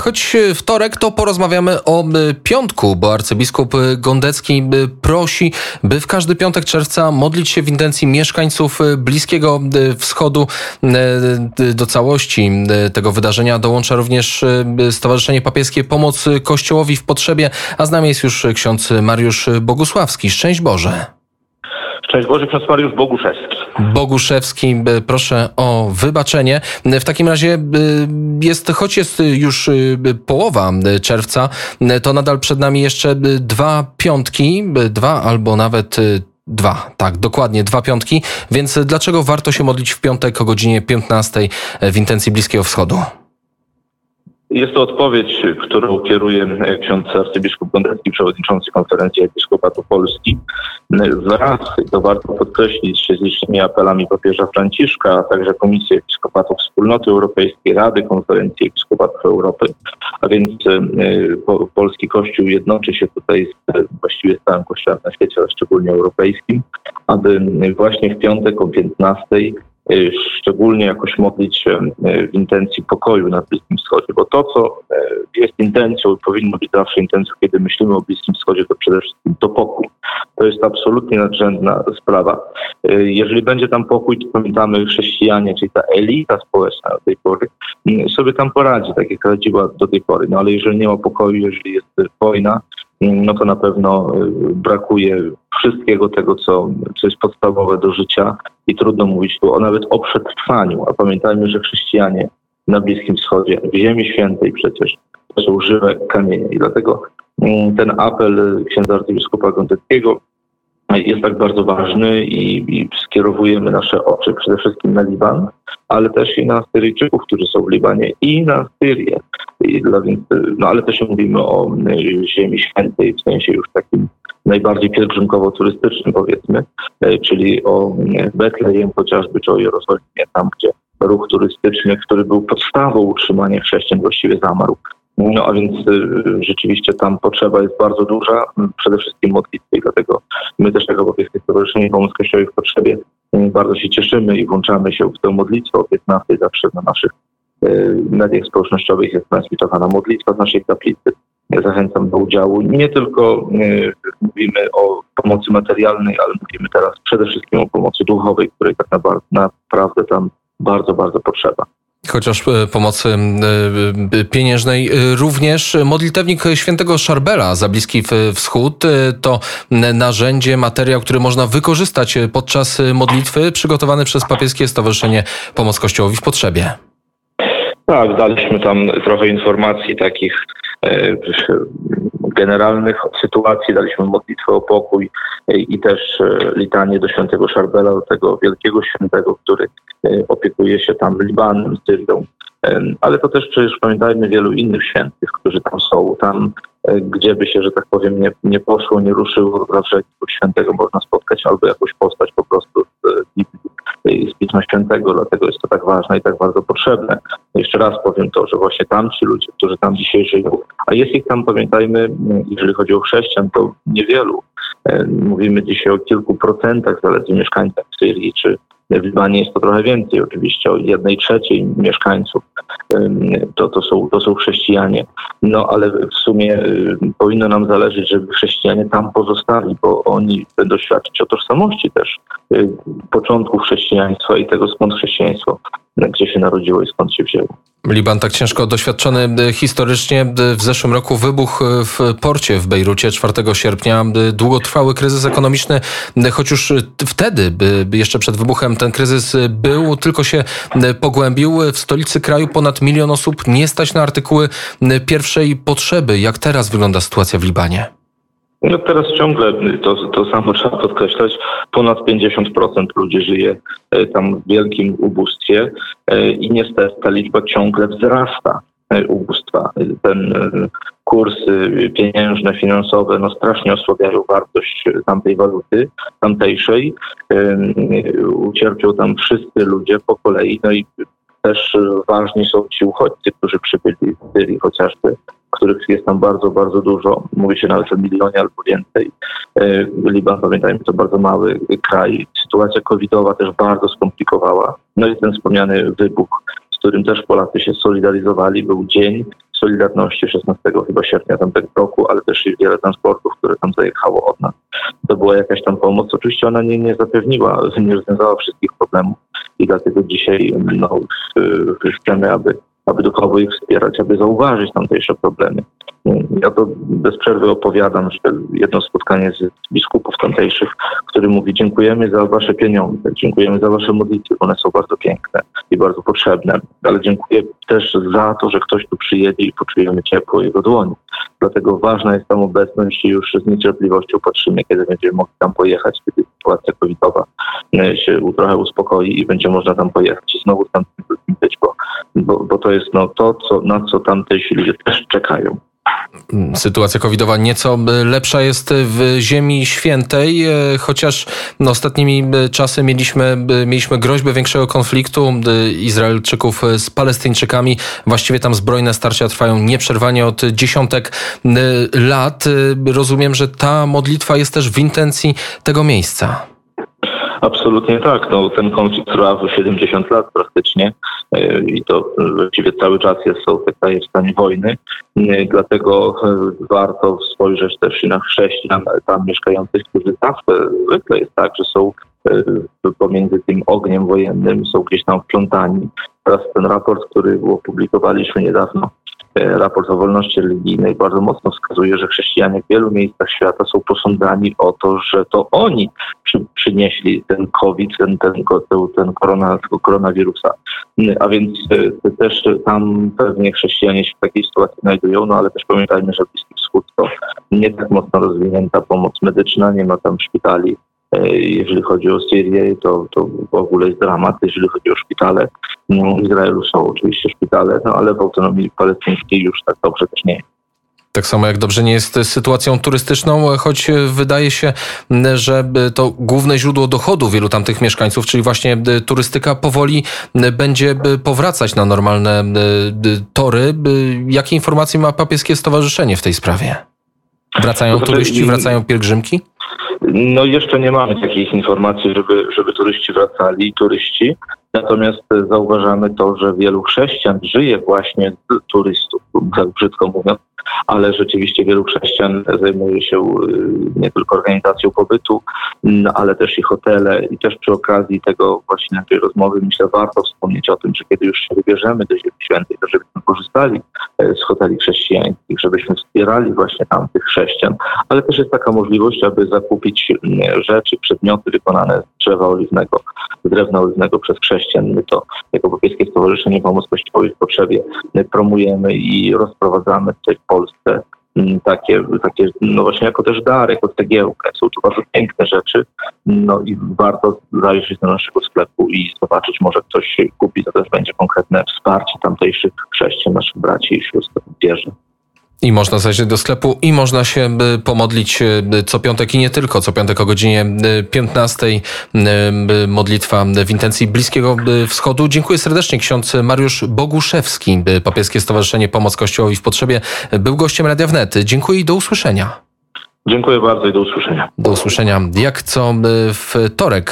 Choć wtorek, to porozmawiamy o piątku, bo arcybiskup Gondecki prosi, by w każdy piątek czerwca modlić się w intencji mieszkańców Bliskiego Wschodu. Do całości tego wydarzenia dołącza również Stowarzyszenie Papieskie Pomoc Kościołowi w Potrzebie, a z nami jest już ksiądz Mariusz Bogusławski. Szczęść Boże. Szczęść Boże, ksiądz Mariusz Boguszewski, proszę o wybaczenie. W takim razie choć jest już połowa czerwca, to nadal przed nami jeszcze dwa piątki, albo nawet dokładnie 2 piątki. Więc dlaczego warto się modlić w piątek o godzinie 15 w intencji Bliskiego Wschodu? Jest to odpowiedź, którą kieruje ksiądz arcybiskup Gondecki, przewodniczący Konferencji Episkopatu Polski, wraz, to warto podkreślić, z licznymi apelami papieża Franciszka, a także Komisji Episkopatów Wspólnoty Europejskiej, Rady Konferencji Episkopatów Europy, a więc polski Kościół jednoczy się tutaj właściwie z całym Kościołem na świecie, ale szczególnie europejskim, aby właśnie w piątek o 15 szczególnie jakoś modlić się w intencji pokoju na Bliskim Wschodzie, bo to, co jest intencją, powinno być zawsze intencją, kiedy myślimy o Bliskim Wschodzie, to przede wszystkim to pokój. To jest absolutnie nadrzędna sprawa. Jeżeli będzie tam pokój, to pamiętamy, chrześcijanie, czyli ta elita społeczna do tej pory, sobie tam poradzi, tak jak radziła do tej pory. No ale jeżeli nie ma pokoju, jeżeli jest wojna, no to na pewno brakuje wszystkiego tego, co jest podstawowe do życia i trudno mówić tu nawet o przetrwaniu. A pamiętajmy, że chrześcijanie na Bliskim Wschodzie, w Ziemi Świętej przecież, to są żywe kamienie. I dlatego ten apel księdza arcybiskupa Gondeckiego jest tak bardzo ważny i skierowujemy nasze oczy przede wszystkim na Liban, ale też i na Syryjczyków, którzy są w Libanie, i na Syrię. Ale też mówimy o Ziemi Świętej w sensie już takim najbardziej pielgrzymkowo-turystycznym, powiedzmy, czyli o Betlejem chociażby, czy o Jerozolimie, tam gdzie ruch turystyczny, który był podstawą utrzymania chrześcijan, właściwie zamarł. No a więc rzeczywiście tam potrzeba jest bardzo duża, przede wszystkim modlitwy, i dlatego my też jako Papieskie Stowarzyszenie Pomoc Kościołowi w Potrzebie bardzo się cieszymy i włączamy się w tę modlitwę o 15 zawsze na naszych mediach społecznościowych jest transmitowana modlitwa z naszej kaplicy. Zachęcam do udziału. Nie tylko mówimy o pomocy materialnej, ale mówimy teraz przede wszystkim o pomocy duchowej, której tak naprawdę tam bardzo, bardzo potrzeba. Chociaż pomocy pieniężnej również. Modlitewnik świętego Szarbela za Bliski Wschód to narzędzie, materiał, który można wykorzystać podczas modlitwy, przygotowany przez Papieskie Stowarzyszenie Pomoc Kościołowi w Potrzebie. Tak, daliśmy tam trochę informacji takich generalnych sytuacji, daliśmy modlitwę o pokój i też litanię do świętego Szarbela, do tego wielkiego świętego, który opiekuje się tam Libanem, Syrią. Ale to też przecież pamiętajmy wielu innych świętych, którzy tam są. Tam, gdzie by się, że tak powiem, nie poszło, nie ruszyło, zawsze jakiegoś świętego można spotkać albo jakąś postać po prostu z Pisma Świętego, dlatego jest to tak ważne i tak bardzo potrzebne. Jeszcze raz powiem to, że właśnie tamci ludzie, którzy tam dzisiaj żyją, a jest ich tam, pamiętajmy, jeżeli chodzi o chrześcijan, to niewielu. Mówimy dzisiaj o kilku procentach zaledwie mieszkańców w Syrii, czy w Libanie jest to trochę więcej, oczywiście o 1/3 mieszkańców to są chrześcijanie. No ale w sumie powinno nam zależeć, żeby chrześcijanie tam pozostali, bo oni będą świadczyć o tożsamości też początku chrześcijaństwa i tego, skąd chrześcijaństwo, gdzie się narodziło i skąd się wzięło. Liban tak ciężko doświadczony historycznie. W zeszłym roku wybuch w porcie w Bejrucie 4 sierpnia. Długotrwały kryzys ekonomiczny, choć już wtedy, jeszcze przed wybuchem, ten kryzys był, tylko się pogłębił. W stolicy kraju ponad 1 milion osób nie stać na artykuły pierwszej potrzeby. Jak teraz wygląda sytuacja w Libanie? No teraz ciągle to samo trzeba podkreślać. Ponad 50% ludzi żyje tam w wielkim ubóstwie i niestety ta liczba ciągle wzrasta ubóstwa. Ten kursy pieniężne, finansowe strasznie osłabiają wartość tamtej waluty, tamtejszej. Ucierpią tam wszyscy ludzie po kolei. No i też ważni są ci uchodźcy, którzy przybyli z Syrii chociażby, których jest tam bardzo, bardzo dużo. Mówi się nawet o 1 milionie albo więcej. Liban, pamiętajmy, to bardzo mały kraj. Sytuacja covidowa też bardzo skomplikowała. No i ten wspomniany wybuch, z którym też Polacy się solidaryzowali. Był dzień Solidarności 16 chyba sierpnia tamtego roku, ale też i wiele transportów, które tam zajechało od nas. To była jakaś tam pomoc. Oczywiście ona nie zapewniła, nie rozwiązała wszystkich problemów i dlatego dzisiaj chcemy, aby duchowo ich wspierać, aby zauważyć tamtejsze problemy. Ja to bez przerwy opowiadam, że jedno spotkanie z biskupów tamtejszych, który mówi: dziękujemy za wasze pieniądze, dziękujemy za wasze modlitwy, one są bardzo piękne i bardzo potrzebne, ale dziękuję też za to, że ktoś tu przyjedzie i poczujemy ciepło jego dłoni. Dlatego ważna jest tam obecność i już z niecierpliwością patrzymy, kiedy będziemy mogli tam pojechać, kiedy sytuacja covidowa się trochę uspokoi i będzie można tam pojechać i znowu tam być, bo to jest to, na co tamtejsi ludzie też czekają. Sytuacja covidowa nieco lepsza jest w Ziemi Świętej, chociaż ostatnimi czasy mieliśmy groźbę większego konfliktu Izraelczyków z Palestyńczykami. Właściwie tam zbrojne starcia trwają nieprzerwanie od dziesiątek lat. Rozumiem, że ta modlitwa jest też w intencji tego miejsca. Absolutnie tak. Ten konflikt trwa 70 lat praktycznie i to właściwie cały czas są te kraje w stanie wojny. Dlatego warto spojrzeć też i na chrześcijan tam mieszkających, którzy zawsze zwykle jest tak, że są pomiędzy tym ogniem wojennym, są gdzieś tam wplątani. Teraz ten raport, który opublikowaliśmy niedawno, raport o wolności religijnej, bardzo mocno wskazuje, że chrześcijanie w wielu miejscach świata są posądzani o to, że to oni przynieśli ten COVID, ten koronawirusa. A więc też tam pewnie chrześcijanie się w takiej sytuacji znajdują, ale też pamiętajmy, że Bliski Wschód to nie tak mocno rozwinięta pomoc medyczna, nie ma tam szpitali. Jeżeli chodzi o Syrię, to w ogóle jest dramat. Jeżeli chodzi o szpitale, w Izraelu są oczywiście szpitale, ale w autonomii palestyńskiej już tak dobrze też nie jest. Tak samo jak dobrze nie jest sytuacją turystyczną, choć wydaje się, że to główne źródło dochodu wielu tamtych mieszkańców, czyli właśnie turystyka, powoli będzie powracać na normalne tory. Jakie informacje ma Papieskie Stowarzyszenie w tej sprawie? Wracają turyści, wracają pielgrzymki? Jeszcze nie mamy takich informacji, żeby turyści wracali, natomiast zauważamy to, że wielu chrześcijan żyje właśnie z turystów, tak brzydko mówiąc, ale rzeczywiście wielu chrześcijan zajmuje się nie tylko organizacją pobytu, ale też i hotele. I też przy okazji tego właśnie tej rozmowy myślę, warto wspomnieć o tym, że kiedy już się wybierzemy do Ziemi Świętej, to żebyśmy korzystali z hoteli chrześcijańskich, żebyśmy wspierali właśnie tam tych chrześcijan, ale też jest taka możliwość, aby zakupić rzeczy, przedmioty wykonane z drewna oliwnego przez chrześcijan. My to jako Papieskie Stowarzyszenie Pomoc Kościołowi w Potrzebie promujemy i rozprowadzamy tutaj w Polsce takie właśnie jako też dar, jako cegiełkę. Są to bardzo piękne rzeczy, i warto zajrzeć do naszego sklepu i zobaczyć, może ktoś kupi, to też będzie konkretne wsparcie tamtejszych chrześcijan, naszych braci i sióstr w wierze. I można zajrzeć do sklepu i można się pomodlić co piątek i nie tylko. Co piątek o godzinie 15 modlitwa w intencji Bliskiego Wschodu. Dziękuję serdecznie. Ksiądz Mariusz Boguszewski, Papieskie Stowarzyszenie Pomoc Kościołowi w Potrzebie, był gościem Radia Wnet. Dziękuję i do usłyszenia. Dziękuję bardzo i do usłyszenia. Do usłyszenia jak co wtorek.